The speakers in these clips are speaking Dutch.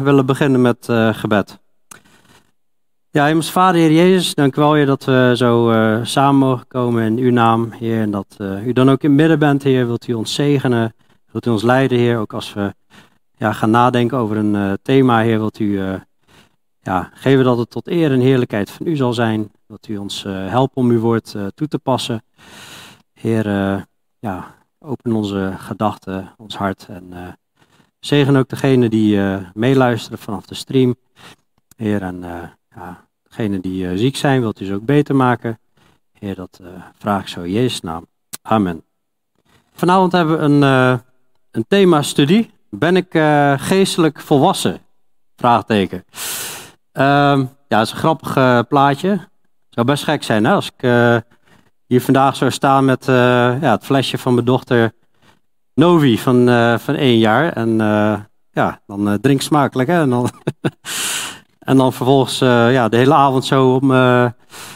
willen beginnen met gebed. Ja, Hemels Vader, Heer Jezus, dank u wel, Heer, dat we zo samen mogen komen in uw naam, Heer. En dat u dan ook in het midden bent, Heer. Wilt u ons zegenen, wilt u ons leiden, Heer. Ook als we gaan nadenken over een thema, Heer, wilt u geven dat het tot eer en heerlijkheid van u zal zijn. Wilt u ons helpen om uw woord toe te passen. Heer, open onze gedachten, ons hart en zegen ook degenen die meeluisteren vanaf de stream. Heer, en degenen die ziek zijn, wilt u ze ook beter maken. Heer, dat vraag ik zo in Jezus' naam. Amen. Vanavond hebben we een thema-studie. Ben ik geestelijk volwassen? Vraagteken. Het is een grappig plaatje. Het zou best gek zijn, hè? Als ik hier vandaag zou staan met het flesje van mijn dochter Novi van 1 jaar. En dan drink smakelijk, hè? En dan vervolgens de hele avond zo op mijn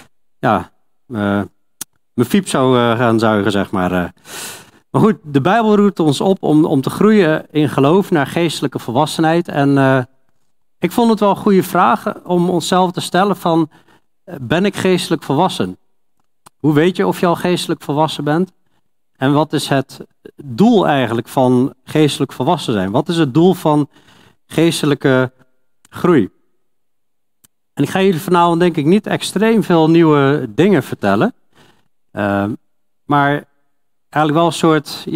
fiep zou gaan zuigen, zeg maar. Maar goed, de Bijbel roept ons op om te groeien in geloof naar geestelijke volwassenheid. En ik vond het wel een goede vraag om onszelf te stellen van, ben ik geestelijk volwassen? Hoe weet je of je al geestelijk volwassen bent? En wat is het doel eigenlijk van geestelijk volwassen zijn? Wat is het doel van geestelijke groei? En ik ga jullie vanavond denk ik niet extreem veel nieuwe dingen vertellen. Maar eigenlijk wel een soort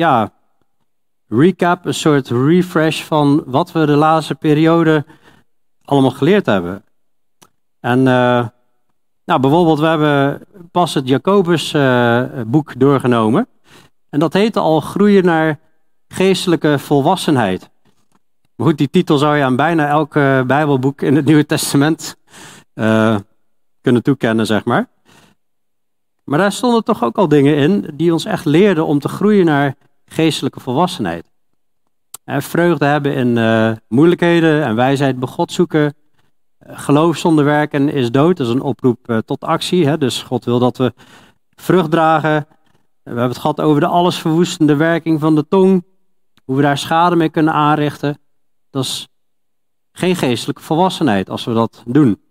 recap, een soort refresh van wat we de laatste periode allemaal geleerd hebben. En bijvoorbeeld we hebben pas het Jacobus boek doorgenomen. En dat heette al groeien naar geestelijke volwassenheid. Maar goed, die titel zou je aan bijna elk Bijbelboek in het Nieuwe Testament kunnen toekennen, zeg maar. Maar daar stonden toch ook al dingen in die ons echt leerden om te groeien naar geestelijke volwassenheid. Vreugde hebben in moeilijkheden en wijsheid bij God zoeken. Geloof zonder werken is dood, dat is een oproep tot actie. Hè? Dus God wil dat we vrucht dragen. We hebben het gehad over de allesverwoestende werking van de tong. Hoe we daar schade mee kunnen aanrichten. Dat is geen geestelijke volwassenheid als we dat doen.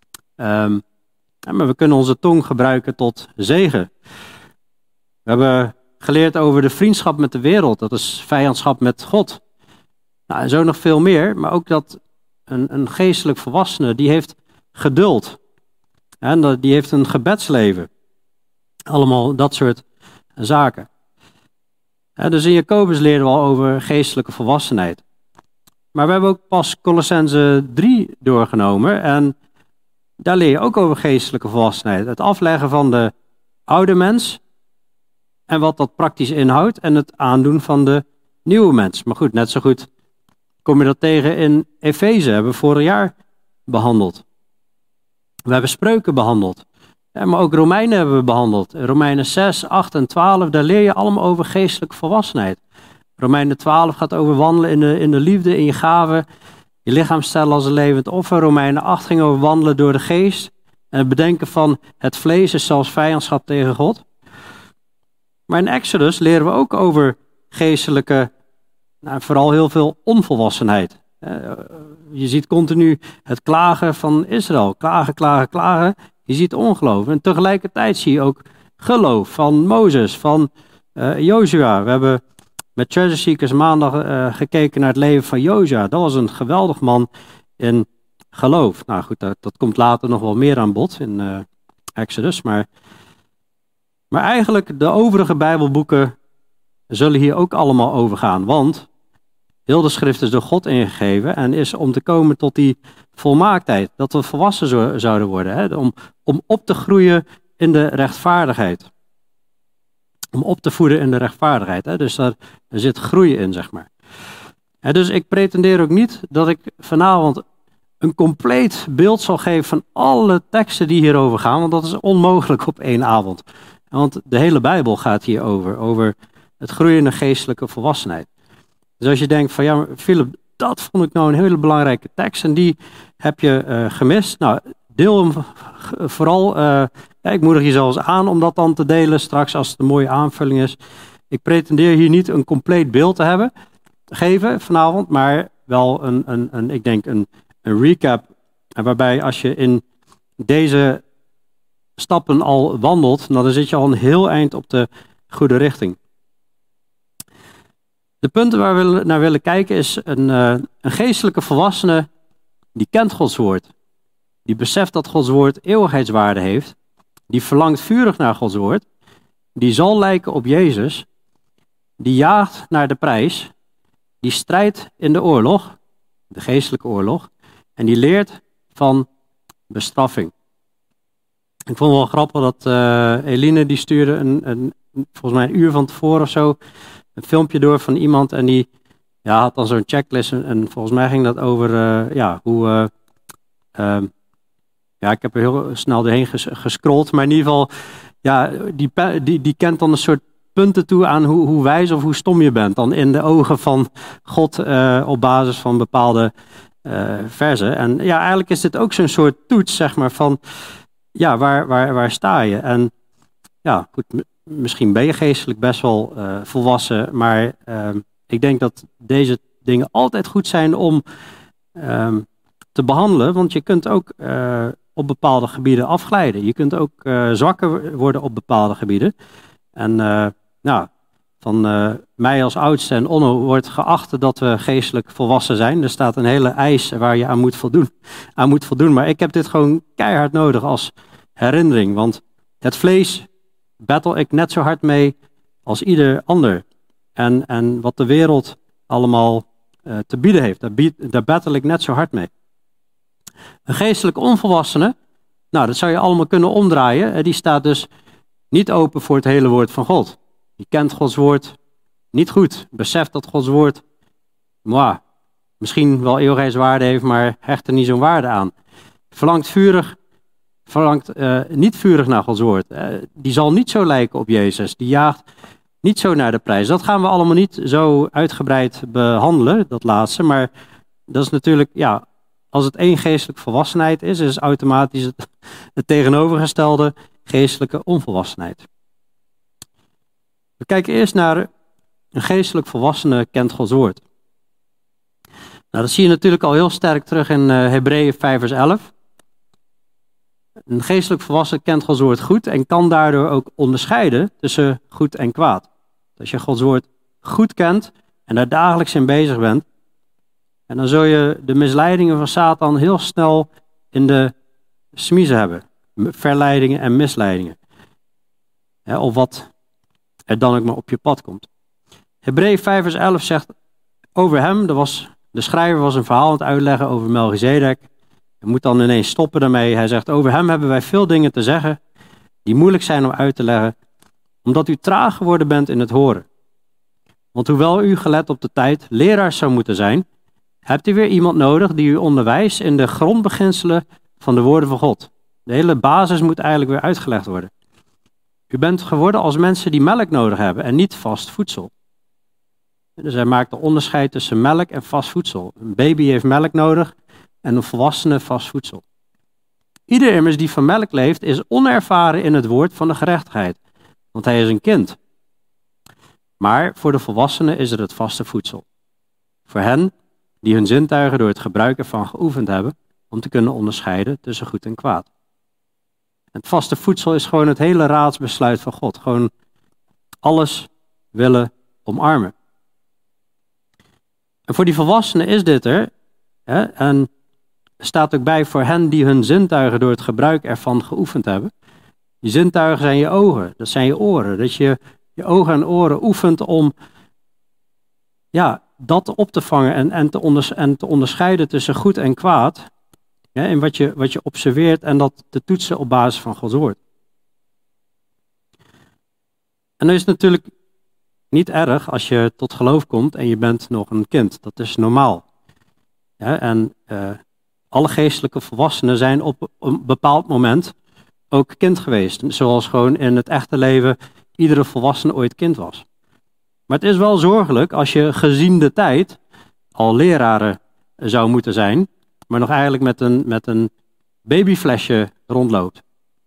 Maar we kunnen onze tong gebruiken tot zegen. We hebben geleerd over de vriendschap met de wereld. Dat is vijandschap met God. En zo nog veel meer. Maar ook dat een geestelijk volwassene, die heeft geduld. En die heeft een gebedsleven. Allemaal dat soort zaken. Dus in Jacobus leren we al over geestelijke volwassenheid. Maar we hebben ook pas Colossenzen 3 doorgenomen. En daar leer je ook over geestelijke volwassenheid. Het afleggen van de oude mens. En wat dat praktisch inhoudt. En het aandoen van de nieuwe mens. Maar goed, net zo goed kom je dat tegen in Efeze. Hebben we vorig jaar behandeld. We hebben Spreuken behandeld. Maar ook Romeinen hebben we behandeld. Romeinen 6, 8 en 12. Daar leer je allemaal over geestelijke volwassenheid. Romeinen 12 gaat over wandelen in de liefde, in je gaven. Je lichaam stellen als een levend offer. Romeinen 8 ging over wandelen door de geest. En het bedenken van het vlees is zelfs vijandschap tegen God. Maar in Exodus leren we ook over geestelijke, vooral heel veel onvolwassenheid. Je ziet continu het klagen van Israël. Klagen, klagen, klagen. Je ziet ongeloof. En tegelijkertijd zie je ook geloof van Mozes, van Jozua. We hebben met Treasure Seekers maandag gekeken naar het leven van Jozua. Dat was een geweldig man in geloof. Nou goed, dat komt later nog wel meer aan bod in Exodus. Maar eigenlijk de overige Bijbelboeken zullen hier ook allemaal over gaan. Want heel de schrift is door God ingegeven en is om te komen tot die volmaaktheid. Dat we volwassen zouden worden. Hè? Om op te groeien in de rechtvaardigheid. Om op te voeden in de rechtvaardigheid. Hè? Dus daar zit groei in, zeg maar. Dus ik pretendeer ook niet dat ik vanavond een compleet beeld zal geven van alle teksten die hierover gaan. Want dat is onmogelijk op 1 avond. Want de hele Bijbel gaat hierover. Over het groeien in de geestelijke volwassenheid. Dus als je denkt van ja, Philip, dat vond ik nou een hele belangrijke tekst. En die heb je gemist. Nou, deel hem vooral. Ik moedig je zelfs aan om dat dan te delen straks als het een mooie aanvulling is. Ik pretendeer hier niet een compleet beeld te geven vanavond. Maar wel ik denk een recap. Waarbij als je in deze stappen al wandelt, dan zit je al een heel eind op de goede richting. De punten waar we naar willen kijken is een geestelijke volwassene die kent Gods woord. Die beseft dat Gods woord eeuwigheidswaarde heeft. Die verlangt vurig naar Gods woord. Die zal lijken op Jezus. Die jaagt naar de prijs. Die strijdt in de oorlog, de geestelijke oorlog. En die leert van bestraffing. Ik vond het wel grappig dat Eline die stuurde volgens mij een uur van tevoren of zo een filmpje door van iemand en die had dan zo'n checklist en volgens mij ging dat over hoe ik heb er heel snel doorheen gescrolld, maar in ieder geval die kent dan een soort punten toe aan hoe wijs of hoe stom je bent dan in de ogen van God op basis van bepaalde verzen. En eigenlijk is dit ook zo'n soort toets, zeg maar, van waar sta je? En goed, misschien ben je geestelijk best wel volwassen, maar ik denk dat deze dingen altijd goed zijn om te behandelen, want je kunt ook op bepaalde gebieden afglijden. Je kunt ook zwakker worden op bepaalde gebieden. En van mij als oudste en Onno wordt geacht dat we geestelijk volwassen zijn. Er staat een hele eis waar je aan moet voldoen. Maar ik heb dit gewoon keihard nodig als herinnering. Want het vlees battle ik net zo hard mee als ieder ander. En wat de wereld allemaal te bieden heeft, daar battle ik net zo hard mee. Een geestelijk onvolwassene, dat zou je allemaal kunnen omdraaien. Die staat dus niet open voor het hele woord van God. Die kent Gods woord niet goed. Beseft dat Gods woord misschien wel eeuwigheidswaarde heeft, maar hecht er niet zo'n waarde aan. Verlangt niet vurig naar Gods woord. Die zal niet zo lijken op Jezus. Die jaagt niet zo naar de prijs. Dat gaan we allemaal niet zo uitgebreid behandelen, dat laatste. Maar dat is natuurlijk, als het één geestelijke volwassenheid is automatisch het tegenovergestelde geestelijke onvolwassenheid. We kijken eerst naar een geestelijk volwassene kent Gods woord. Dat zie je natuurlijk al heel sterk terug in Hebreeën 5 vers 11. Een geestelijk volwassene kent Gods woord goed en kan daardoor ook onderscheiden tussen goed en kwaad. Als je Gods woord goed kent en daar dagelijks in bezig bent, en dan zul je de misleidingen van Satan heel snel in de smiezen hebben. Verleidingen en misleidingen. Of wat er dan ook maar op je pad komt. Hebreeën 5 vers 11 zegt over hem, de schrijver was een verhaal aan het uitleggen over Melchizedek. Je moet dan ineens stoppen daarmee. Hij zegt, over hem hebben wij veel dingen te zeggen die moeilijk zijn om uit te leggen, omdat u traag geworden bent in het horen. Want hoewel u, gelet op de tijd, leraars zou moeten zijn, hebt u weer iemand nodig die u onderwijst in de grondbeginselen van de woorden van God. De hele basis moet eigenlijk weer uitgelegd worden. U bent geworden als mensen die melk nodig hebben en niet vast voedsel. Dus hij maakt een onderscheid tussen melk en vast voedsel. Een baby heeft melk nodig en een volwassene vast voedsel. Ieder immers die van melk leeft is onervaren in het woord van de gerechtigheid, want hij is een kind. Maar voor de volwassenen is er het vaste voedsel. Voor hen die hun zintuigen door het gebruik ervan geoefend hebben om te kunnen onderscheiden tussen goed en kwaad. Het vaste voedsel is gewoon het hele raadsbesluit van God. Gewoon alles willen omarmen. En voor die volwassenen is dit er. En er staat ook bij voor hen die hun zintuigen door het gebruik ervan geoefend hebben. Die zintuigen zijn je ogen, dat zijn je oren. Dat je je ogen en oren oefent om dat op te vangen en te onderscheiden tussen goed en kwaad. En wat je observeert en dat te toetsen op basis van Gods woord. En dan is het natuurlijk niet erg als je tot geloof komt en je bent nog een kind. Dat is normaal. Alle geestelijke volwassenen zijn op een bepaald moment ook kind geweest. Zoals gewoon in het echte leven iedere volwassene ooit kind was. Maar het is wel zorgelijk als je gezien de tijd al leraren zou moeten zijn, maar nog eigenlijk met een babyflesje rondloopt.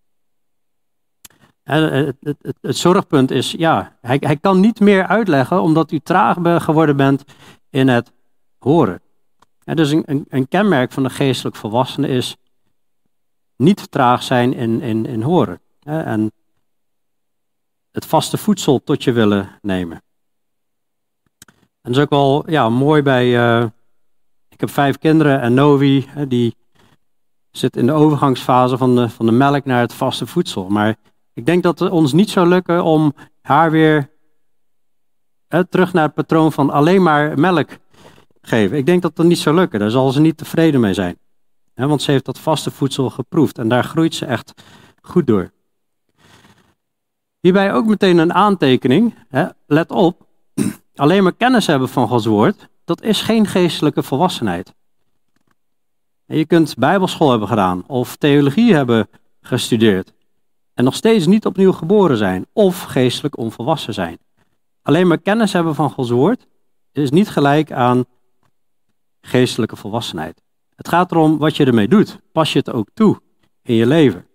Het zorgpunt is, hij kan niet meer uitleggen omdat u traag geworden bent in het horen. Dus een kenmerk van de geestelijk volwassene is niet traag zijn in horen. En het vaste voedsel tot je willen nemen. En dat is ook wel mooi bij... ik heb 5 kinderen en Novi, die zit in de overgangsfase van de melk naar het vaste voedsel. Maar ik denk dat het ons niet zou lukken om haar weer terug naar het patroon van alleen maar melk geven. Ik denk dat dat niet zou lukken. Daar zal ze niet tevreden mee zijn. Want ze heeft dat vaste voedsel geproefd en daar groeit ze echt goed door. Hierbij ook meteen een aantekening. Let op, alleen maar kennis hebben van Gods woord, dat is geen geestelijke volwassenheid. Je kunt bijbelschool hebben gedaan of theologie hebben gestudeerd en nog steeds niet opnieuw geboren zijn of geestelijk onvolwassen zijn. Alleen maar kennis hebben van Gods woord is niet gelijk aan geestelijke volwassenheid. Het gaat erom wat je ermee doet. Pas je het ook toe in je leven?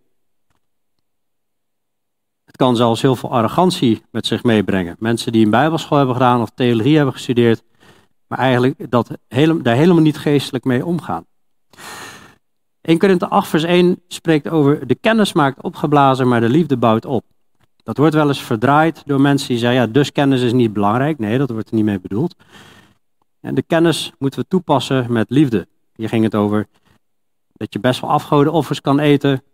Het kan zelfs heel veel arrogantie met zich meebrengen. Mensen die een bijbelschool hebben gedaan of theologie hebben gestudeerd, maar eigenlijk daar helemaal niet geestelijk mee omgaan. 1 Korinthe 8 vers 1 spreekt over de kennis maakt opgeblazen, maar de liefde bouwt op. Dat wordt wel eens verdraaid door mensen die zeggen, dus kennis is niet belangrijk. Nee, dat wordt er niet mee bedoeld. En de kennis moeten we toepassen met liefde. Hier ging het over dat je best wel afgodenoffers kan eten.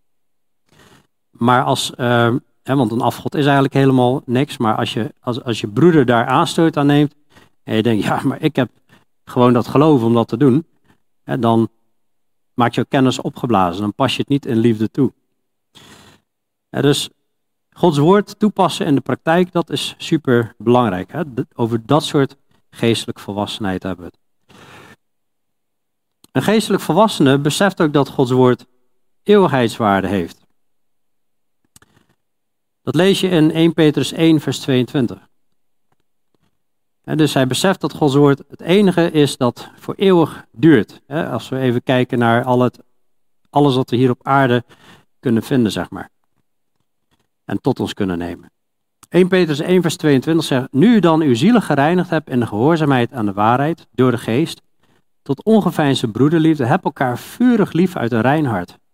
Maar want een afgod is eigenlijk helemaal niks. Maar als je broeder daar aanstoot aan neemt en je denkt, maar ik heb gewoon dat geloof om dat te doen. Dan maak je kennis opgeblazen. Dan pas je het niet in liefde toe. Dus Gods woord toepassen in de praktijk, dat is super belangrijk. Over dat soort geestelijk volwassenheid hebben we het. Een geestelijk volwassene beseft ook dat Gods woord eeuwigheidswaarde heeft. Dat lees je in 1 Petrus 1 vers 22. Dus hij beseft dat Gods woord het enige is dat voor eeuwig duurt. Als we even kijken naar alles wat we hier op aarde kunnen vinden, zeg maar. En tot ons kunnen nemen. 1 Petrus 1 vers 22 zegt, nu u dan uw zielen gereinigd hebt in de gehoorzaamheid aan de waarheid door de geest, tot ongeveinsde broederliefde, heb elkaar vurig lief uit een rein hart. Dat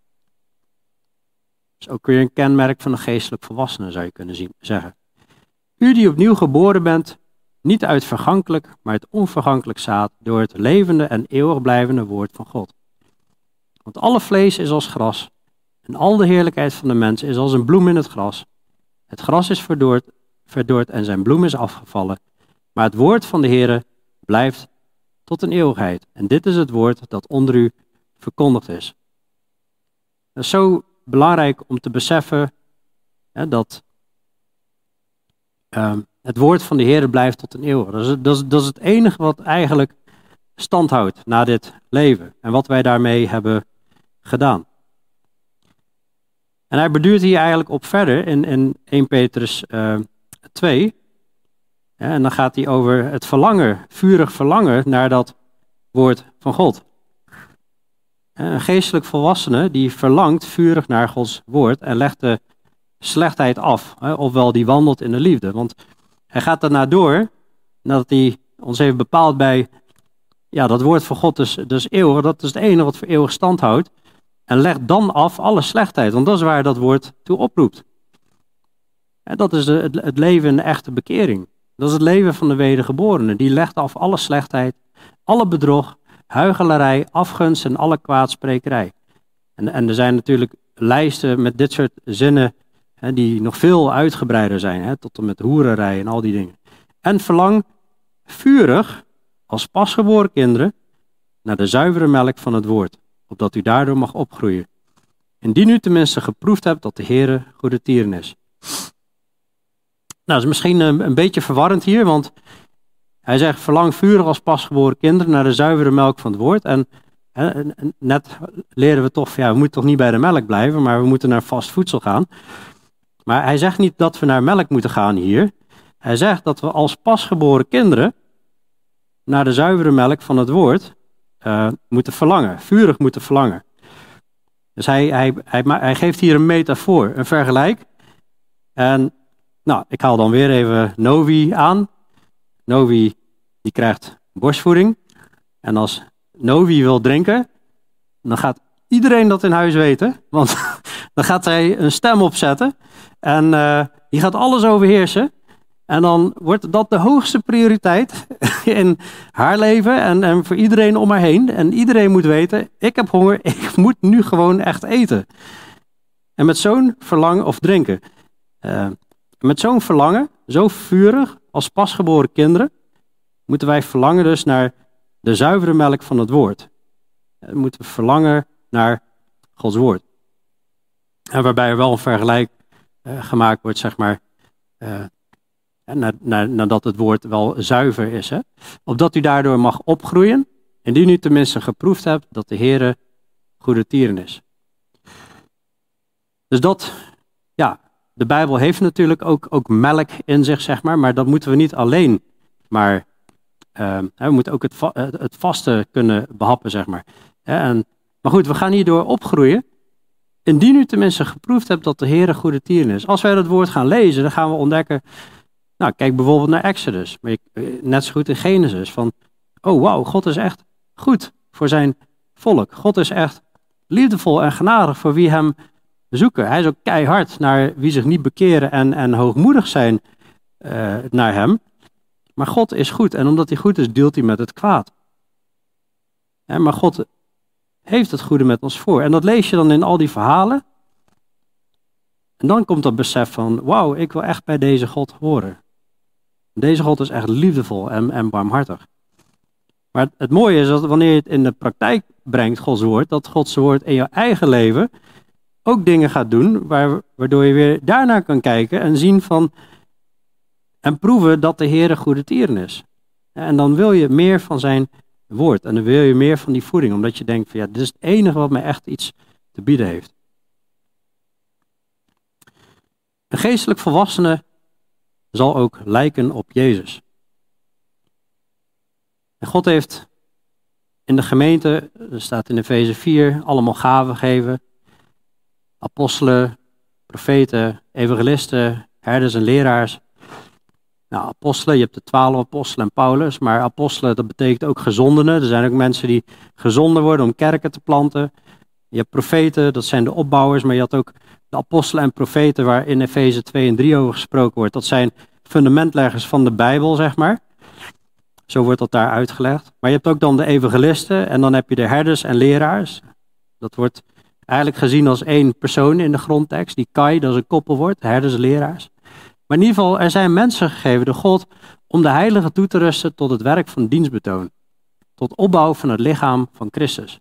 is ook weer een kenmerk van een geestelijk volwassene, zou je kunnen zeggen. U die opnieuw geboren bent, niet uit vergankelijk, maar uit onvergankelijk zaad, door het levende en eeuwig blijvende woord van God. Want alle vlees is als gras, en al de heerlijkheid van de mens is als een bloem in het gras. Het gras is verdord en zijn bloem is afgevallen, maar het woord van de Heere blijft tot een eeuwigheid. En dit is het woord dat onder u verkondigd is. Het is zo belangrijk om te beseffen dat het woord van de Heere blijft tot een eeuwigheid. Dat is het enige wat eigenlijk stand houdt na dit leven en wat wij daarmee hebben gedaan. En hij beduurt hier eigenlijk op verder in 1 Petrus 2. En dan gaat hij over het verlangen, vurig verlangen naar dat woord van God. Een geestelijk volwassene die verlangt vurig naar Gods woord en legt de slechtheid af. Ofwel die wandelt in de liefde. Want hij gaat daarna door, nadat hij ons heeft bepaald bij, dat woord van God is eeuwig, dat is het enige wat voor eeuwig stand houdt. En legt dan af alle slechtheid, want dat is waar dat woord toe oproept. En dat is het leven in de echte bekering. Dat is het leven van de wedergeborene. Die legt af alle slechtheid, alle bedrog, huichelarij, afgunst en alle kwaadsprekerij. En er zijn natuurlijk lijsten met dit soort zinnen die nog veel uitgebreider zijn, tot en met hoererij en al die dingen. En verlang vurig, als pasgeboren kinderen, naar de zuivere melk van het woord, opdat u daardoor mag opgroeien. Indien u tenminste geproefd hebt dat de Heere goede tieren is. Nou, dat is misschien een beetje verwarrend hier, want hij zegt verlang vurig als pasgeboren kinderen naar de zuivere melk van het woord. En net leren we toch, we moeten toch niet bij de melk blijven, maar we moeten naar vast voedsel gaan. Maar hij zegt niet dat we naar melk moeten gaan hier. Hij zegt dat we als pasgeboren kinderen naar de zuivere melk van het woord moeten verlangen, vurig moeten verlangen. Dus hij geeft hier een metafoor, een vergelijk. En ik haal dan weer even Novi aan. Novi die krijgt borstvoeding. En als Novi wil drinken, dan gaat iedereen dat in huis weten. Want dan gaat hij een stem opzetten en die gaat alles overheersen. En dan wordt dat de hoogste prioriteit in haar leven en voor iedereen om haar heen. En iedereen moet weten, ik heb honger, ik moet nu gewoon echt eten. En met zo'n verlangen, of drinken. Met zo'n verlangen, zo vurig als pasgeboren kinderen, moeten wij verlangen dus naar de zuivere melk van het woord. We moeten verlangen naar Gods woord. En waarbij er wel een vergelijk gemaakt wordt, zeg maar, nadat het woord wel zuiver is. Hè? Opdat u daardoor mag opgroeien, indien u tenminste geproefd hebt dat de Heere goede tieren is. Dus dat, ja, de Bijbel heeft natuurlijk ook melk in zich, zeg maar dat moeten we niet alleen maar, we moeten ook het vaste kunnen behappen, zeg maar. Maar goed, we gaan hierdoor opgroeien, indien u tenminste geproefd hebt dat de Heere goede tieren is. Als wij dat woord gaan lezen, dan gaan we ontdekken, nou, kijk bijvoorbeeld naar Exodus, maar net zo goed in Genesis, van, oh wauw, God is echt goed voor zijn volk. God is echt liefdevol en genadig voor wie hem zoeken. Hij is ook keihard naar wie zich niet bekeren en hoogmoedig zijn naar hem. Maar God is goed en omdat hij goed is, deelt hij met het kwaad. Maar God heeft het goede met ons voor. En dat lees je dan in al die verhalen. En dan komt dat besef van, wauw, ik wil echt bij deze God horen. Deze God is echt liefdevol en barmhartig. Maar het mooie is dat wanneer je het in de praktijk brengt, Gods woord, dat Gods woord in je eigen leven ook dingen gaat doen, waardoor je weer daarnaar kan kijken en zien van, en proeven dat de Heere goede tieren is. En dan wil je meer van zijn woord en dan wil je meer van die voeding, omdat je denkt van, ja, dit is het enige wat mij echt iets te bieden heeft. Een geestelijk volwassene zal ook lijken op Jezus. En God heeft in de gemeente, er staat in Efeze 4, allemaal gaven gegeven. Apostelen, profeten, evangelisten, herders en leraars. Nou, apostelen, je hebt de 12 apostelen en Paulus, maar apostelen, dat betekent ook gezondenen. Er zijn ook mensen die gezonden worden om kerken te planten. Je hebt profeten, dat zijn de opbouwers, maar je had ook de apostelen en profeten waar in Efeze 2 en 3 over gesproken wordt. Dat zijn fundamentleggers van de Bijbel, zeg maar. Zo wordt dat daar uitgelegd. Maar je hebt ook dan de evangelisten en dan heb je de herders en leraars. Dat wordt eigenlijk gezien als één persoon in de grondtekst. Die kai, dat is een koppelwoord, herders en leraars. Maar in ieder geval, er zijn mensen gegeven door God om de heiligen toe te rusten tot het werk van dienstbetoon. Tot opbouw van het lichaam van Christus.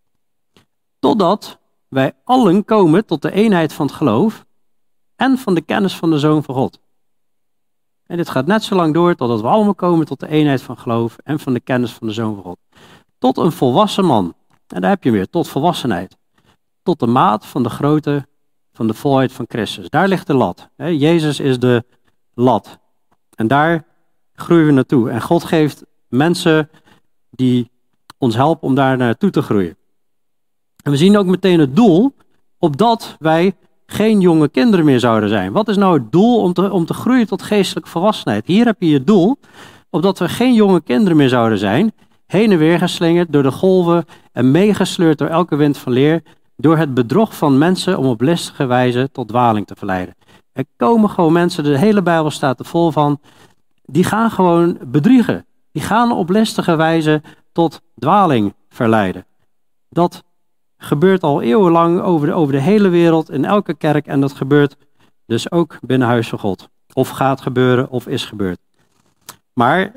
Totdat wij allen komen tot de eenheid van het geloof en van de kennis van de Zoon van God. En dit gaat net zo lang door totdat we allemaal komen tot de eenheid van geloof en van de kennis van de Zoon van God. Tot een volwassen man. En daar heb je weer, tot volwassenheid. Tot de maat van de grootte van de volheid van Christus. Daar ligt de lat. Jezus is de lat. En daar groeien we naartoe. En God geeft mensen die ons helpen om daar naartoe te groeien. En we zien ook meteen het doel, opdat wij geen jonge kinderen meer zouden zijn. Wat is nou het doel om te groeien tot geestelijke volwassenheid? Hier heb je het doel, opdat we geen jonge kinderen meer zouden zijn, heen en weer geslingerd door de golven en meegesleurd door elke wind van leer, door het bedrog van mensen om op listige wijze tot dwaling te verleiden. Er komen gewoon mensen, de hele Bijbel staat er vol van, die gaan gewoon bedriegen. Die gaan op listige wijze tot dwaling verleiden. Dat gebeurt al eeuwenlang over de hele wereld, in elke kerk. En dat gebeurt dus ook binnen Huis van God. Of gaat gebeuren, of is gebeurd. Maar,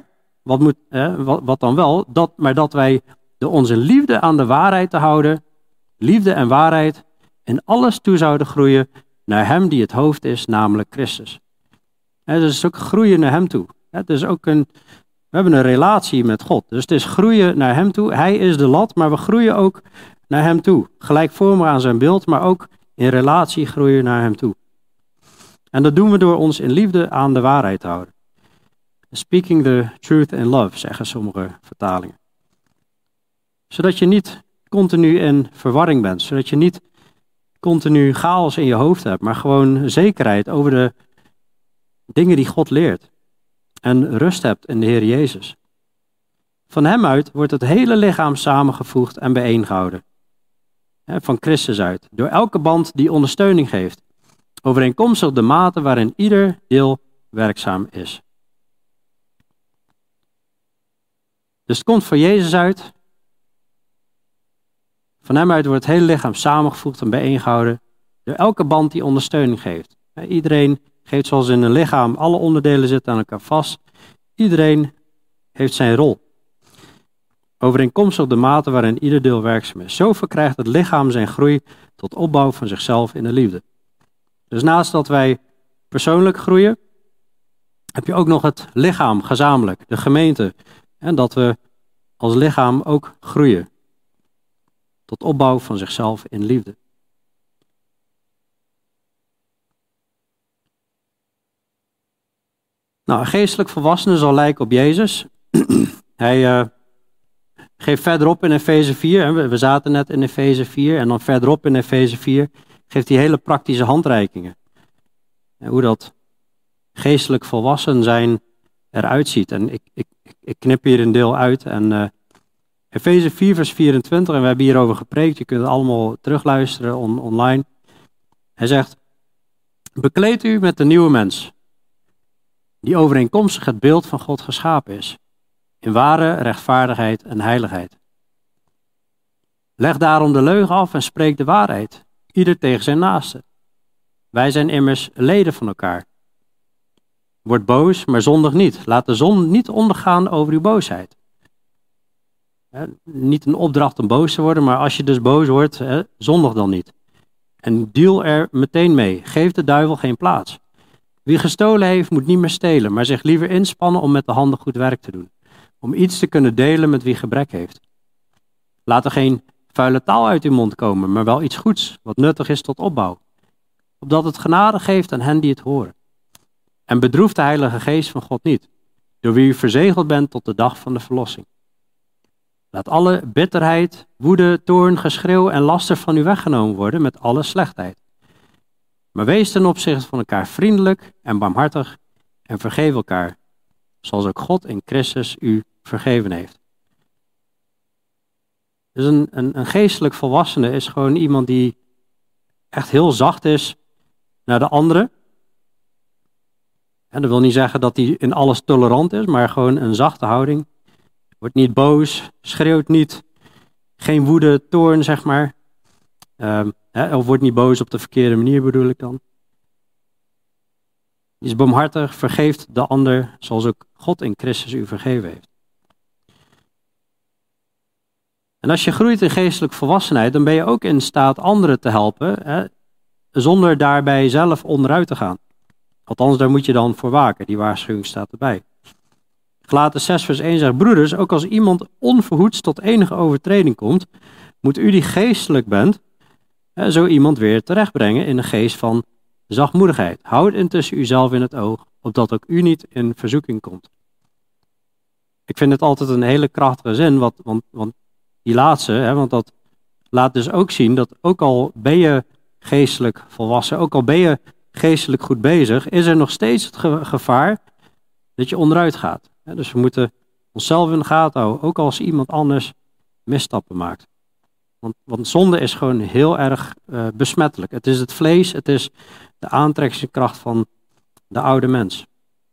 wat dan wel? Dat wij door onze liefde aan de waarheid te houden, liefde en waarheid, in alles toe zouden groeien naar hem die het hoofd is, namelijk Christus. Dus het is ook groeien naar hem toe. Het is ook we hebben een relatie met God. Dus het is groeien naar hem toe. Hij is de lat, maar we groeien ook naar hem toe. Gelijkvormig aan zijn beeld, maar ook in relatie groeien naar hem toe. En dat doen we door ons in liefde aan de waarheid te houden. Speaking the truth in love, zeggen sommige vertalingen. Zodat je niet continu in verwarring bent. Zodat je niet continu chaos in je hoofd hebt, maar gewoon zekerheid over de dingen die God leert. En rust hebt in de Heer Jezus. Van hem uit wordt het hele lichaam samengevoegd en bijeengehouden. Van Christus uit. Door elke band die ondersteuning geeft. Overeenkomstig de mate waarin ieder deel werkzaam is. Dus het komt van Jezus uit. Van hem uit wordt het hele lichaam samengevoegd en bijeengehouden. Door elke band die ondersteuning geeft. Iedereen geeft zoals in een lichaam, alle onderdelen zitten aan elkaar vast. Iedereen heeft zijn rol. Overeenkomstig de mate waarin ieder deel werkzaam is. Zo verkrijgt het lichaam zijn groei tot opbouw van zichzelf in de liefde. Dus naast dat wij persoonlijk groeien, heb je ook nog het lichaam gezamenlijk, de gemeente. En dat we als lichaam ook groeien. Tot opbouw van zichzelf in liefde. Nou, een geestelijk volwassene zal lijken op Jezus. Hij geeft verderop in Efeze 4, we zaten net in Efeze 4, en dan verderop in Efeze 4 geeft hij hele praktische handreikingen. Hoe dat geestelijk volwassen zijn eruit ziet. En ik knip hier een deel uit. En Efeze 4 vers 24, en we hebben hierover gepreekt, je kunt het allemaal terugluisteren online. Hij zegt, bekleed u met de nieuwe mens, die overeenkomstig het beeld van God geschapen is, in ware rechtvaardigheid en heiligheid. Leg daarom de leugen af en spreek de waarheid, ieder tegen zijn naaste. Wij zijn immers leden van elkaar. Word boos, maar zondig niet. Laat de zon niet ondergaan over uw boosheid. Niet een opdracht om boos te worden, maar als je dus boos wordt, zondig dan niet. En deal er meteen mee. Geef de duivel geen plaats. Wie gestolen heeft, moet niet meer stelen, maar zich liever inspannen om met de handen goed werk te doen. Om iets te kunnen delen met wie gebrek heeft. Laat er geen vuile taal uit uw mond komen, maar wel iets goeds, wat nuttig is tot opbouw. Opdat het genade geeft aan hen die het horen. En bedroef de Heilige Geest van God niet, door wie u verzegeld bent tot de dag van de verlossing. Laat alle bitterheid, woede, toorn, geschreeuw en laster van u weggenomen worden met alle slechtheid. Maar wees ten opzichte van elkaar vriendelijk en barmhartig en vergeef elkaar, zoals ook God in Christus u vergeven heeft. Dus een geestelijk volwassene is gewoon iemand die echt heel zacht is naar de anderen. En dat wil niet zeggen dat hij in alles tolerant is, maar gewoon een zachte houding. Wordt niet boos, schreeuwt niet, geen woede, toorn, zeg maar. Of wordt niet boos op de verkeerde manier, bedoel ik dan. Is barmhartig, vergeeft de ander, zoals ook God in Christus u vergeven heeft. En als je groeit in geestelijke volwassenheid, dan ben je ook in staat anderen te helpen, zonder daarbij zelf onderuit te gaan. Althans, daar moet je dan voor waken, die waarschuwing staat erbij. Galaten 6 vers 1 zegt, broeders, ook als iemand onverhoeds tot enige overtreding komt, moet u die geestelijk bent, zo iemand weer terechtbrengen in een geest van zachtmoedigheid. Houd intussen uzelf in het oog, opdat ook u niet in verzoeking komt. Ik vind het altijd een hele krachtige zin, want die laatste, want dat laat dus ook zien dat ook al ben je geestelijk volwassen, ook al ben je geestelijk goed bezig, is er nog steeds het gevaar dat je onderuit gaat. Dus we moeten onszelf in de gaten houden, ook als iemand anders misstappen maakt. Want zonde is gewoon heel erg besmettelijk. Het is het vlees, het is de aantrekkingskracht van de oude mens.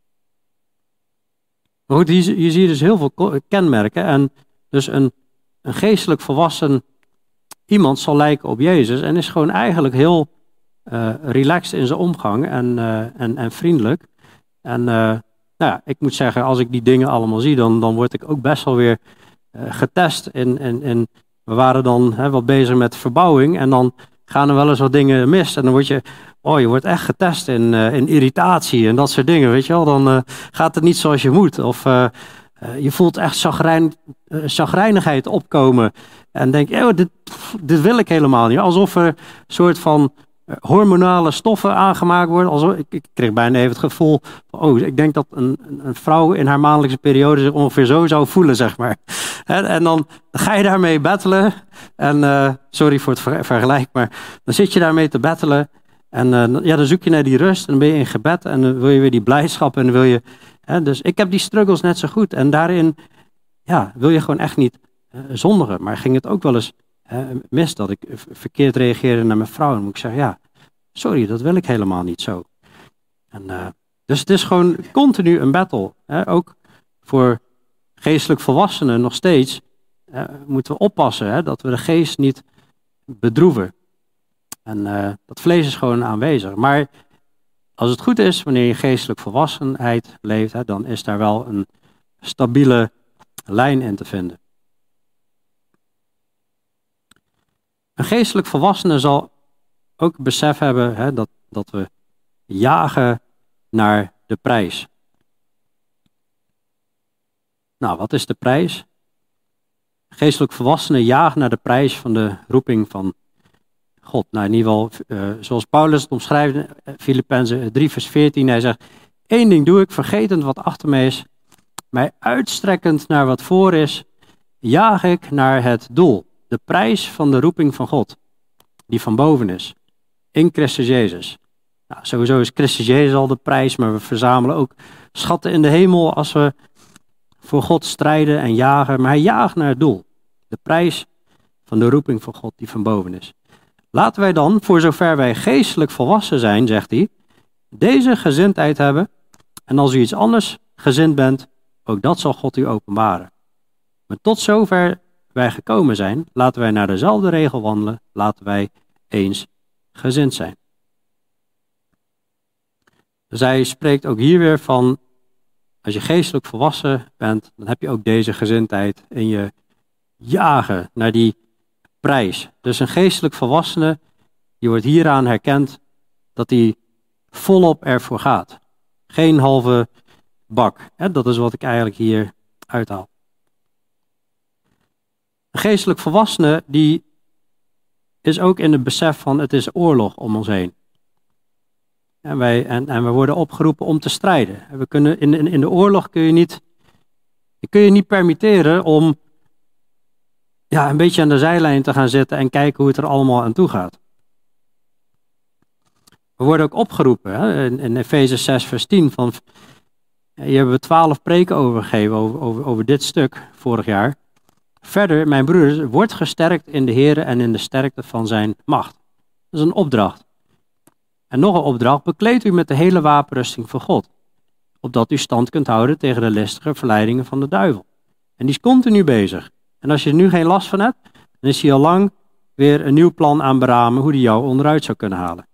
Maar goed, hier zie je dus heel veel kenmerken. En dus een geestelijk volwassen iemand zal lijken op Jezus en is gewoon eigenlijk heel relaxed in zijn omgang en vriendelijk. En ik moet zeggen, als ik die dingen allemaal zie, dan word ik ook best wel weer getest. We waren dan wat bezig met verbouwing en dan gaan er wel eens wat dingen mis. En dan word je wordt echt getest in irritatie en dat soort dingen, weet je wel. Dan gaat het niet zoals je moet. Of je voelt echt chagrijnigheid opkomen. En denk, dit wil ik helemaal niet. Alsof er een soort van hormonale stoffen aangemaakt worden. Ik kreeg bijna even het gevoel van, ik denk dat een vrouw in haar maandelijkse periode zich ongeveer zo zou voelen, zeg maar. En dan ga je daarmee battelen. En sorry voor het vergelijk, maar dan zit je daarmee te battelen. En dan zoek je naar die rust en dan ben je in gebed en dan wil je weer die blijdschap en dan wil je. Dus ik heb die struggles net zo goed. En daarin ja, wil je gewoon echt niet zondigen. Maar ging het ook wel eens mis dat ik verkeerd reageerde naar mijn vrouw. En moet ik zeggen, ja, sorry, dat wil ik helemaal niet zo. En, dus het is gewoon continu een battle. Ook voor geestelijk volwassenen nog steeds moeten we oppassen dat we de geest niet bedroeven. En dat vlees is gewoon aanwezig. Maar als het goed is, wanneer je geestelijk volwassenheid leeft, dan is daar wel een stabiele lijn in te vinden. Een geestelijk volwassene zal ook besef hebben dat we jagen naar de prijs. Nou, wat is de prijs? Geestelijk volwassenen jagen naar de prijs van de roeping van God. Nou, in ieder geval, zoals Paulus het omschrijft in Filippenzen 3 vers 14. Hij zegt, 1 ding doe ik, vergetend wat achter me is, mij uitstrekkend naar wat voor is, jaag ik naar het doel. De prijs van de roeping van God, die van boven is, in Christus Jezus. Nou, sowieso is Christus Jezus al de prijs, maar we verzamelen ook schatten in de hemel als we voor God strijden en jagen. Maar hij jaagt naar het doel. De prijs van de roeping van God die van boven is. Laten wij dan, voor zover wij geestelijk volwassen zijn, zegt hij, deze gezindheid hebben. En als u iets anders gezind bent, ook dat zal God u openbaren. Maar tot zover wij gekomen zijn, laten wij naar dezelfde regel wandelen. Laten wij eens gezind zijn. Dus hij spreekt ook hier weer van, als je geestelijk volwassen bent, dan heb je ook deze gezindheid in je jagen naar die prijs. Dus een geestelijk volwassene, die wordt hieraan herkend dat hij volop ervoor gaat. Geen halve bak. Dat is wat ik eigenlijk hier uithaal. Een geestelijk volwassene, die is ook in het besef van het is oorlog om ons heen. En we worden opgeroepen om te strijden. We kunnen in de oorlog kun je niet permitteren om een beetje aan de zijlijn te gaan zitten en kijken hoe het er allemaal aan toe gaat. We worden ook opgeroepen in Efeze 6 vers 10. Hier hebben we 12 preken over gegeven over dit stuk vorig jaar. Verder, mijn broeders, wordt gesterkt in de Here en in de sterkte van zijn macht. Dat is een opdracht. En nog een opdracht, bekleed u met de hele wapenrusting van God. Opdat u stand kunt houden tegen de listige verleidingen van de duivel. En die is continu bezig. En als je er nu geen last van hebt, dan is hij al lang weer een nieuw plan aan beramen hoe die jou onderuit zou kunnen halen.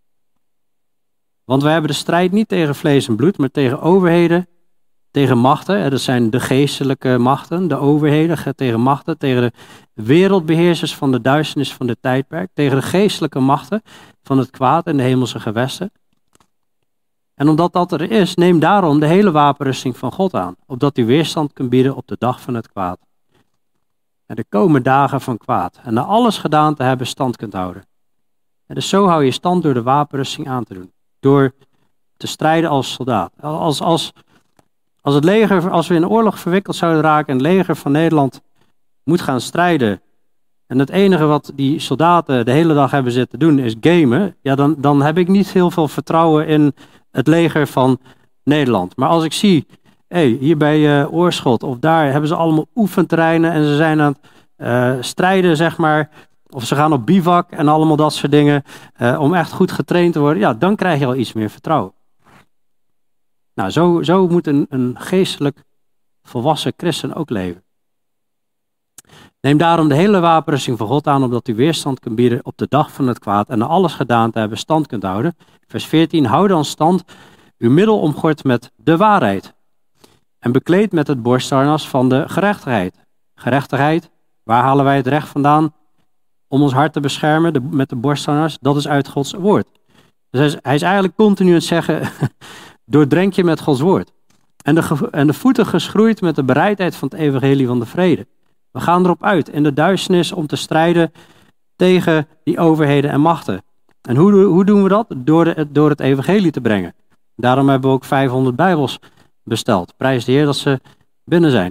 Want wij hebben de strijd niet tegen vlees en bloed, maar tegen overheden, tegen machten. Dat zijn de geestelijke machten, de overheden, tegen machten, tegen de wereldbeheersers van de duisternis van dit tijdperk, tegen de geestelijke machten van het kwaad in de hemelse gewesten. En omdat dat er is, neem daarom de hele wapenrusting van God aan, opdat u weerstand kunt bieden op de dag van het kwaad. En er komen dagen van kwaad, en na alles gedaan te hebben stand kunt houden. En dus zo hou je stand door de wapenrusting aan te doen, door te strijden als soldaat. Als het leger, als we in oorlog verwikkeld zouden raken en het leger van Nederland moet gaan strijden, en het enige wat die soldaten de hele dag hebben zitten doen is gamen, dan heb ik niet heel veel vertrouwen in het leger van Nederland. Maar als ik zie, hier bij Oorschot of daar hebben ze allemaal oefenterreinen en ze zijn aan het strijden, zeg maar, of ze gaan op bivak en allemaal dat soort dingen, om echt goed getraind te worden, dan krijg je al iets meer vertrouwen. Nou, zo moet een geestelijk volwassen christen ook leven. Neem daarom de hele wapenrusting van God aan, opdat u weerstand kunt bieden op de dag van het kwaad en na alles gedaan te hebben stand kunt houden. Vers 14, hou dan stand, uw middel omgord met de waarheid en bekleed met het borstharnas van de gerechtigheid. Gerechtigheid, waar halen wij het recht vandaan om ons hart te beschermen met de borstharnas? Dat is uit Gods woord. Dus hij is eigenlijk continu aan het zeggen, doordrenk je met Gods woord. En de voeten geschroeid met de bereidheid van het evangelie van de vrede. We gaan erop uit in de duisternis om te strijden tegen die overheden en machten. En hoe doen we dat? Door het evangelie te brengen. Daarom hebben we ook 500 Bijbels besteld. Prijs de Heer dat ze binnen zijn.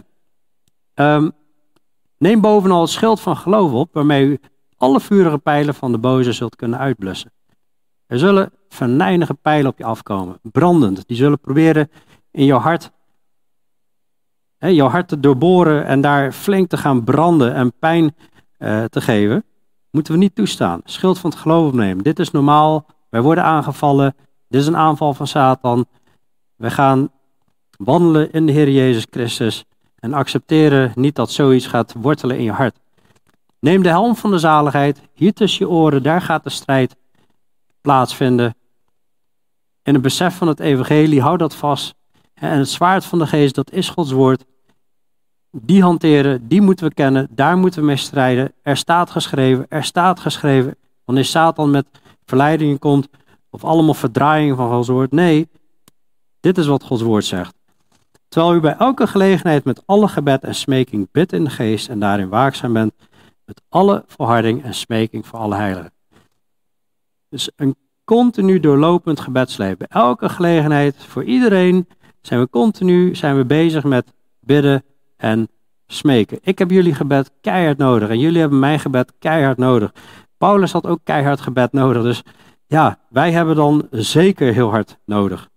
Neem bovenal het schild van geloof op, waarmee u alle vurige pijlen van de boze zult kunnen uitblussen. Er zullen venijnige pijlen op je afkomen, brandend. Die zullen proberen in jouw hart jouw hart te doorboren en daar flink te gaan branden en pijn te geven, moeten we niet toestaan. Schild van het geloof opnemen. Dit is normaal. Wij worden aangevallen. Dit is een aanval van Satan. Wij gaan wandelen in de Heer Jezus Christus en accepteren niet dat zoiets gaat wortelen in je hart. Neem de helm van de zaligheid, hier tussen je oren, daar gaat de strijd plaatsvinden. In het besef van het evangelie, hou dat vast. En het zwaard van de geest, dat is Gods woord. Die hanteren, die moeten we kennen, daar moeten we mee strijden. Er staat geschreven. Wanneer Satan met verleidingen komt, of allemaal verdraaiingen van Gods woord. Nee, dit is wat Gods woord zegt. Terwijl u bij elke gelegenheid met alle gebed en smeking bidt in de geest en daarin waakzaam bent, met alle volharding en smeking voor alle heiligen. Dus een continu doorlopend gebedsleven. Bij elke gelegenheid, voor iedereen, zijn we bezig met bidden en smeken. Ik heb jullie gebed keihard nodig en jullie hebben mijn gebed keihard nodig. Paulus had ook keihard gebed nodig, dus ja, wij hebben dan zeker heel hard nodig.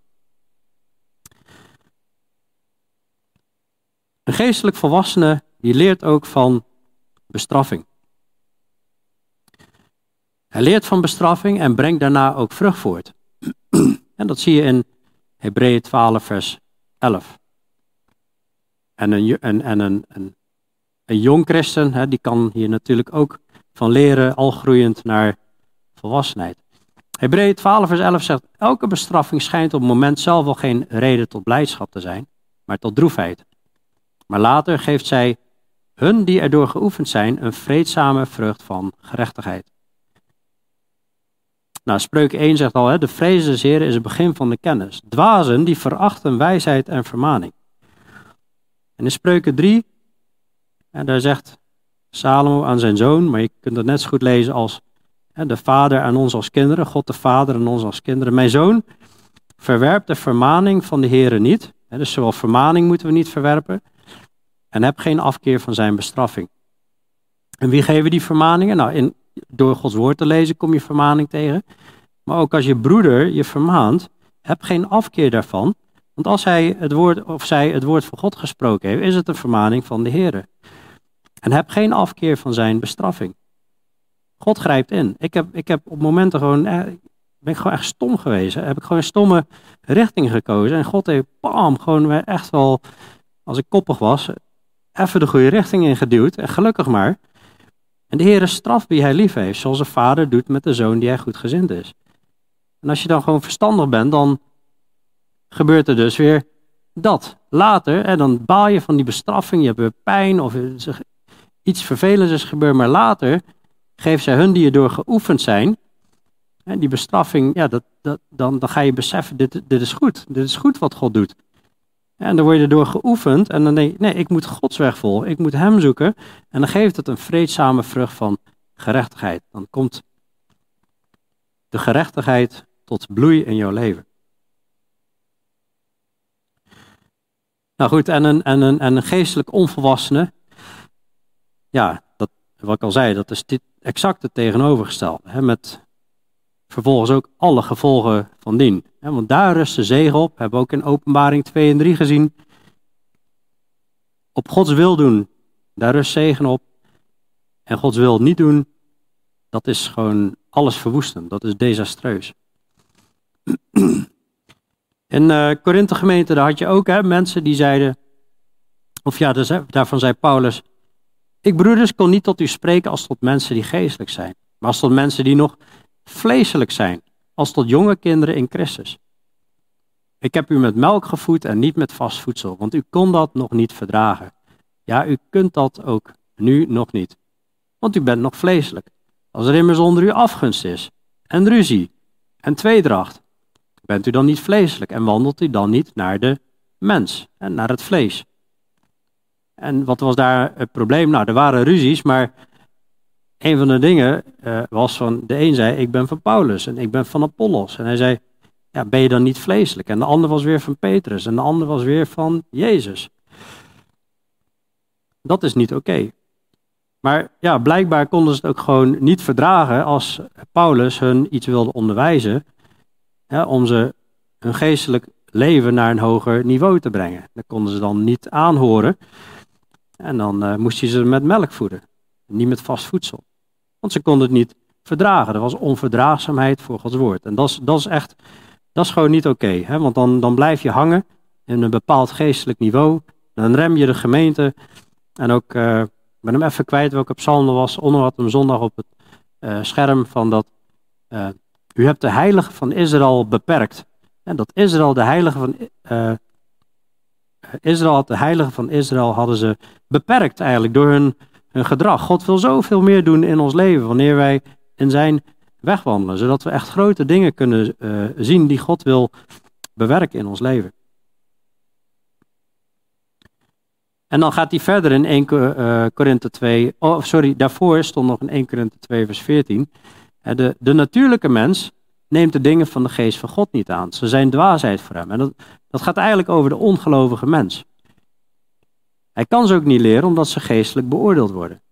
Een geestelijk volwassene, die leert ook van bestraffing. Hij leert van bestraffing en brengt daarna ook vrucht voort. En dat zie je in Hebreeën 12 vers 11. En een jong christen, die kan hier natuurlijk ook van leren, al groeiend naar volwassenheid. Hebreeën 12 vers 11 zegt, elke bestraffing schijnt op het moment zelf wel geen reden tot blijdschap te zijn, maar tot droefheid. Maar later geeft zij hun die erdoor geoefend zijn een vreedzame vrucht van gerechtigheid. Nou, Spreuken 1 zegt al, de vrees des Heren is het begin van de kennis. Dwazen die verachten wijsheid en vermaning. En in Spreuken 3, daar zegt Salomo aan zijn zoon, maar je kunt het net zo goed lezen als de vader aan ons als kinderen, God de Vader aan ons als kinderen. Mijn zoon, verwerp de vermaning van de Heere niet. Dus zowel vermaning moeten we niet verwerpen. En heb geen afkeer van zijn bestraffing. En wie geven die vermaningen? Nou, door Gods woord te lezen kom je vermaning tegen. Maar ook als je broeder je vermaant, heb geen afkeer daarvan. Want als hij het woord of zij het woord van God gesproken heeft, is het een vermaning van de Heere. En heb geen afkeer van zijn bestraffing. God grijpt in. Ik heb op momenten gewoon, ben ik gewoon echt stom geweest. Heb ik gewoon een stomme richting gekozen. En God heeft, gewoon echt wel, als ik koppig was, even de goede richting ingeduwd. En gelukkig maar. En de Heere straft wie hij lief heeft, zoals een vader doet met de zoon die hij goedgezind is. En als je dan gewoon verstandig bent, dan gebeurt er dus weer dat. Later, en dan baal je van die bestraffing, je hebt weer pijn of iets vervelends is gebeurd, maar later geeft zij hun die erdoor geoefend zijn, en die bestraffing, ja, dan ga je beseffen, dit is goed. Dit is goed wat God doet. En dan word je erdoor geoefend en dan denk je, nee, ik moet Gods weg volgen, ik moet hem zoeken. En dan geeft het een vreedzame vrucht van gerechtigheid. Dan komt de gerechtigheid tot bloei in jouw leven. Nou goed, en een geestelijk onvolwassene, ja, wat ik al zei, dat is dit exact het tegenovergestelde. Met vervolgens ook alle gevolgen van dien. Want daar rust de zegen op, hebben we ook in Openbaring 2 en 3 gezien. Op Gods wil doen, daar rust zegen op. En Gods wil niet doen, dat is gewoon alles verwoestend, dat is desastreus. In Korinthe gemeente, daar had je ook mensen die zeiden, of ja, daarvan zei Paulus, ik broeders kon niet tot u spreken als tot mensen die geestelijk zijn, maar als tot mensen die nog vleeselijk zijn, als tot jonge kinderen in Christus. Ik heb u met melk gevoed en niet met vast voedsel, want u kon dat nog niet verdragen. Ja, u kunt dat ook nu nog niet, want u bent nog vleeselijk. Als er immers onder u afgunst is, en ruzie, en tweedracht, bent u dan niet vleeselijk en wandelt u dan niet naar de mens en naar het vlees. En wat was daar het probleem? Nou, er waren ruzies, maar een van de dingen was van, de een zei, ik ben van Paulus en ik ben van Apollos. En hij zei, ja, ben je dan niet vleeselijk? En de ander was weer van Petrus en de ander was weer van Jezus. Dat is niet oké. Maar ja, blijkbaar konden ze het ook gewoon niet verdragen als Paulus hun iets wilde onderwijzen. Ja, om ze hun geestelijk leven naar een hoger niveau te brengen. Dat konden ze dan niet aanhoren. En dan moest hij ze met melk voeden. Niet met vast voedsel. Want ze konden het niet verdragen. Er was onverdraagzaamheid voor Gods woord. En dat is gewoon niet oké. Want dan blijf je hangen in een bepaald geestelijk niveau. Dan rem je de gemeente. En ook, ik ben hem even kwijt welke psalm er was. Onder had hem zondag op het scherm van dat. U hebt de heilige van Israël beperkt. En dat Israël, de heilige van Israël, de heilige van Israël hadden ze beperkt eigenlijk door hun gedrag. God wil zoveel meer doen in ons leven wanneer wij in zijn weg wandelen. Zodat we echt grote dingen kunnen zien die God wil bewerken in ons leven. En dan gaat hij verder in 1 Korinthe 2. Daarvoor stond nog in 1 Korinthe 2 vers 14. De natuurlijke mens neemt de dingen van de geest van God niet aan. Ze zijn dwaasheid voor hem. En dat gaat eigenlijk over de ongelovige mens. Hij kan ze ook niet leren omdat ze geestelijk beoordeeld worden.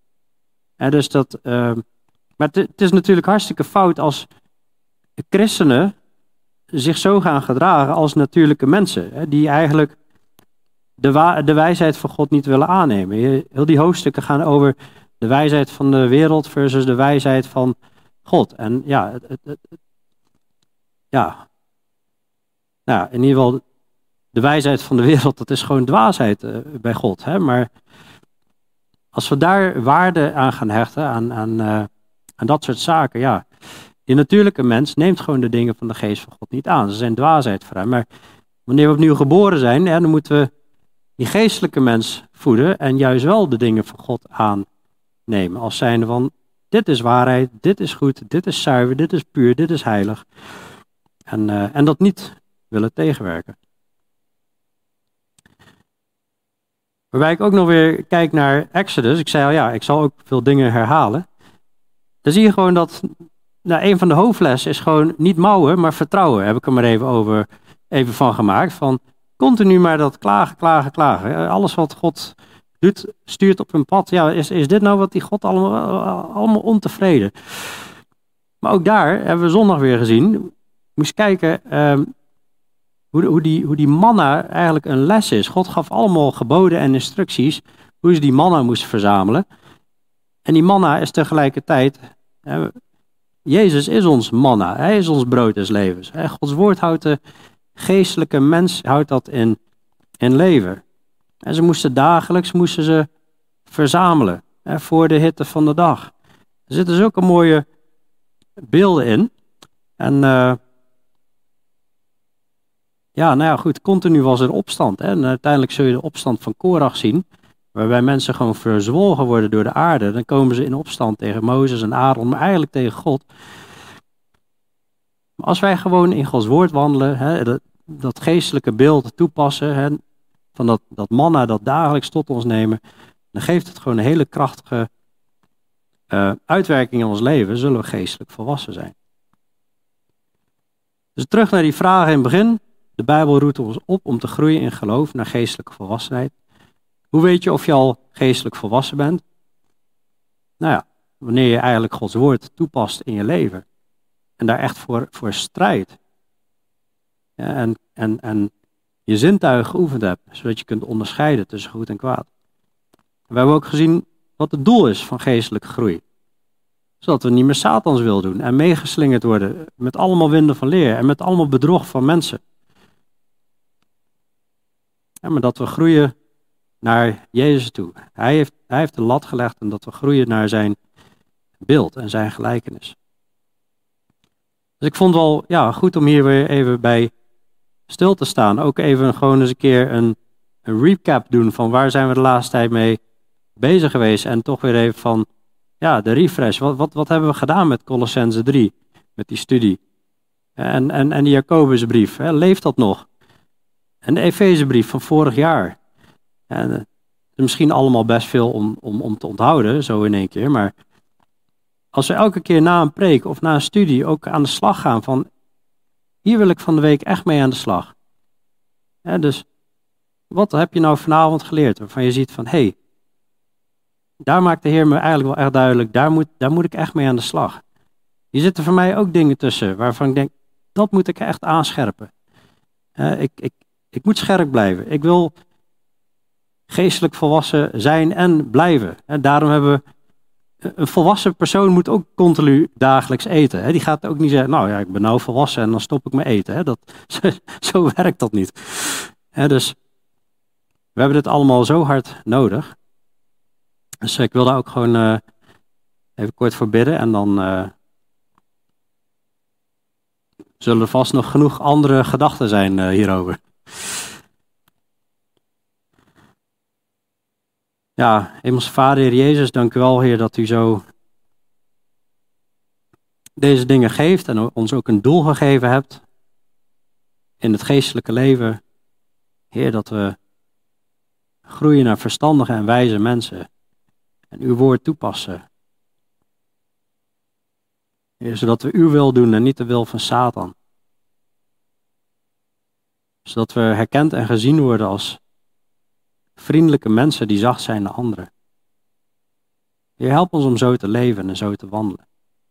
Maar het is natuurlijk hartstikke fout als christenen zich zo gaan gedragen als natuurlijke mensen. Die eigenlijk de wijsheid van God niet willen aannemen. Heel die hoofdstukken gaan over de wijsheid van de wereld versus de wijsheid van God. En in ieder geval de wijsheid van de wereld, dat is gewoon dwaasheid bij God. Maar als we daar waarde aan gaan hechten, aan dat soort zaken, die natuurlijke mens neemt gewoon de dingen van de geest van God niet aan. Ze zijn dwaasheid voor hem. Maar wanneer we opnieuw geboren zijn, dan moeten we die geestelijke mens voeden en juist wel de dingen van God aannemen. Als zijnde van, dit is waarheid, dit is goed, dit is zuiver, dit is puur, dit is heilig. En dat niet willen tegenwerken. Waarbij ik ook nog weer kijk naar Exodus. Ik zei al, ik zal ook veel dingen herhalen. Dan zie je gewoon dat, een van de hoofdlessen is gewoon niet mouwen, maar vertrouwen. Heb ik er maar even van gemaakt. Van continu maar dat klagen. Alles wat God doet, stuurt op een pad. Ja, is dit nou wat die God allemaal ontevreden? Maar ook daar hebben we zondag weer gezien. Moest kijken hoe die manna eigenlijk een les is. God gaf allemaal geboden en instructies hoe ze die manna moesten verzamelen. En die manna is tegelijkertijd, Jezus is ons manna. Hij is ons brood des levens. Gods woord houdt de geestelijke mens houdt dat in leven. En ze moesten dagelijks verzamelen voor de hitte van de dag. Er zitten zulke mooie beelden in. En continu was er opstand. En uiteindelijk zul je de opstand van Korach zien, waarbij mensen gewoon verzwolgen worden door de aarde. Dan komen ze in opstand tegen Mozes en Aaron, maar eigenlijk tegen God. Maar als wij gewoon in Gods woord wandelen, dat geestelijke beeld toepassen, van dat manna dat dagelijks tot ons nemen, dan geeft het gewoon een hele krachtige uitwerking in ons leven, zullen we geestelijk volwassen zijn. Dus terug naar die vragen in het begin. De Bijbel roept ons op om te groeien in geloof naar geestelijke volwassenheid. Hoe weet je of je al geestelijk volwassen bent? Wanneer je eigenlijk Gods woord toepast in je leven. En daar echt voor strijdt. Ja, en je zintuigen geoefend hebt, zodat je kunt onderscheiden tussen goed en kwaad. We hebben ook gezien wat het doel is van geestelijke groei. Zodat we niet meer Satans wil doen en meegeslingerd worden met allemaal winden van leer en met allemaal bedrog van mensen. Ja, maar dat we groeien naar Jezus toe. Hij heeft de lat gelegd en dat we groeien naar zijn beeld en zijn gelijkenis. Dus ik vond het wel goed om hier weer even bij stil te staan. Ook even gewoon eens een keer een recap doen van waar zijn we de laatste tijd mee bezig geweest. En toch weer even van de refresh. Wat hebben we gedaan met Colossenzen 3, met die studie. En die Jacobusbrief, leeft dat nog? En de Efezebrief van vorig jaar. En misschien allemaal best veel om te onthouden, zo in één keer. Maar als we elke keer na een preek of na een studie ook aan de slag gaan van, hier wil ik van de week echt mee aan de slag. Dus wat heb je nou vanavond geleerd waarvan je ziet van, daar maakt de Heer me eigenlijk wel echt duidelijk, daar moet ik echt mee aan de slag. Hier zitten voor mij ook dingen tussen waarvan ik denk, dat moet ik echt aanscherpen. Ik moet scherp blijven. Ik wil geestelijk volwassen zijn en blijven. Daarom hebben we een volwassen persoon moet ook continu dagelijks eten. Die gaat ook niet zeggen, nou ja, ik ben nou volwassen en dan stop ik met eten. Zo werkt dat niet. Dus we hebben dit allemaal zo hard nodig. Dus ik wil daar ook gewoon even kort voor bidden en dan zullen er vast nog genoeg andere gedachten zijn hierover. Ja, Hemelse Vader, Heer Jezus, dank u wel, Heer, dat u zo deze dingen geeft en ons ook een doel gegeven hebt in het geestelijke leven. Heer, dat we groeien naar verstandige en wijze mensen en uw woord toepassen. Heer, zodat we uw wil doen en niet de wil van Satan. Zodat we herkend en gezien worden als vriendelijke mensen die zacht zijn naar anderen. Heer, help ons om zo te leven en zo te wandelen.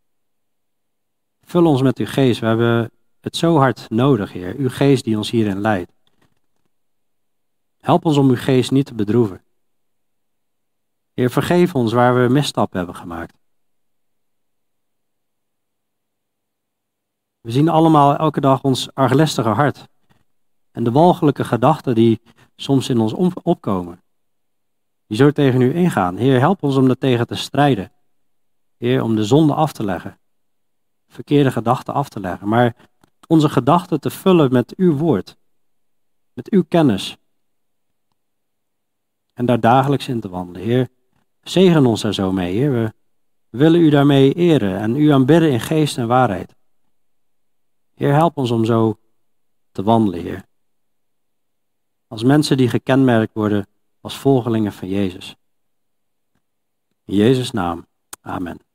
Vul ons met uw geest. We hebben het zo hard nodig, Heer. Uw geest die ons hierin leidt. Help ons om uw geest niet te bedroeven. Heer, vergeef ons waar we misstappen hebben gemaakt. We zien allemaal elke dag ons arglistige hart. En de walgelijke gedachten die soms in ons opkomen. Die zo tegen u ingaan. Heer, help ons om daartegen te strijden. Heer, om de zonde af te leggen. Verkeerde gedachten af te leggen. Maar onze gedachten te vullen met uw woord. Met uw kennis. En daar dagelijks in te wandelen. Heer, zegen ons daar zo mee. Heer, we willen u daarmee eren. En u aanbidden in geest en waarheid. Heer, help ons om zo te wandelen, Heer. Als mensen die gekenmerkt worden als volgelingen van Jezus. In Jezus' naam. Amen.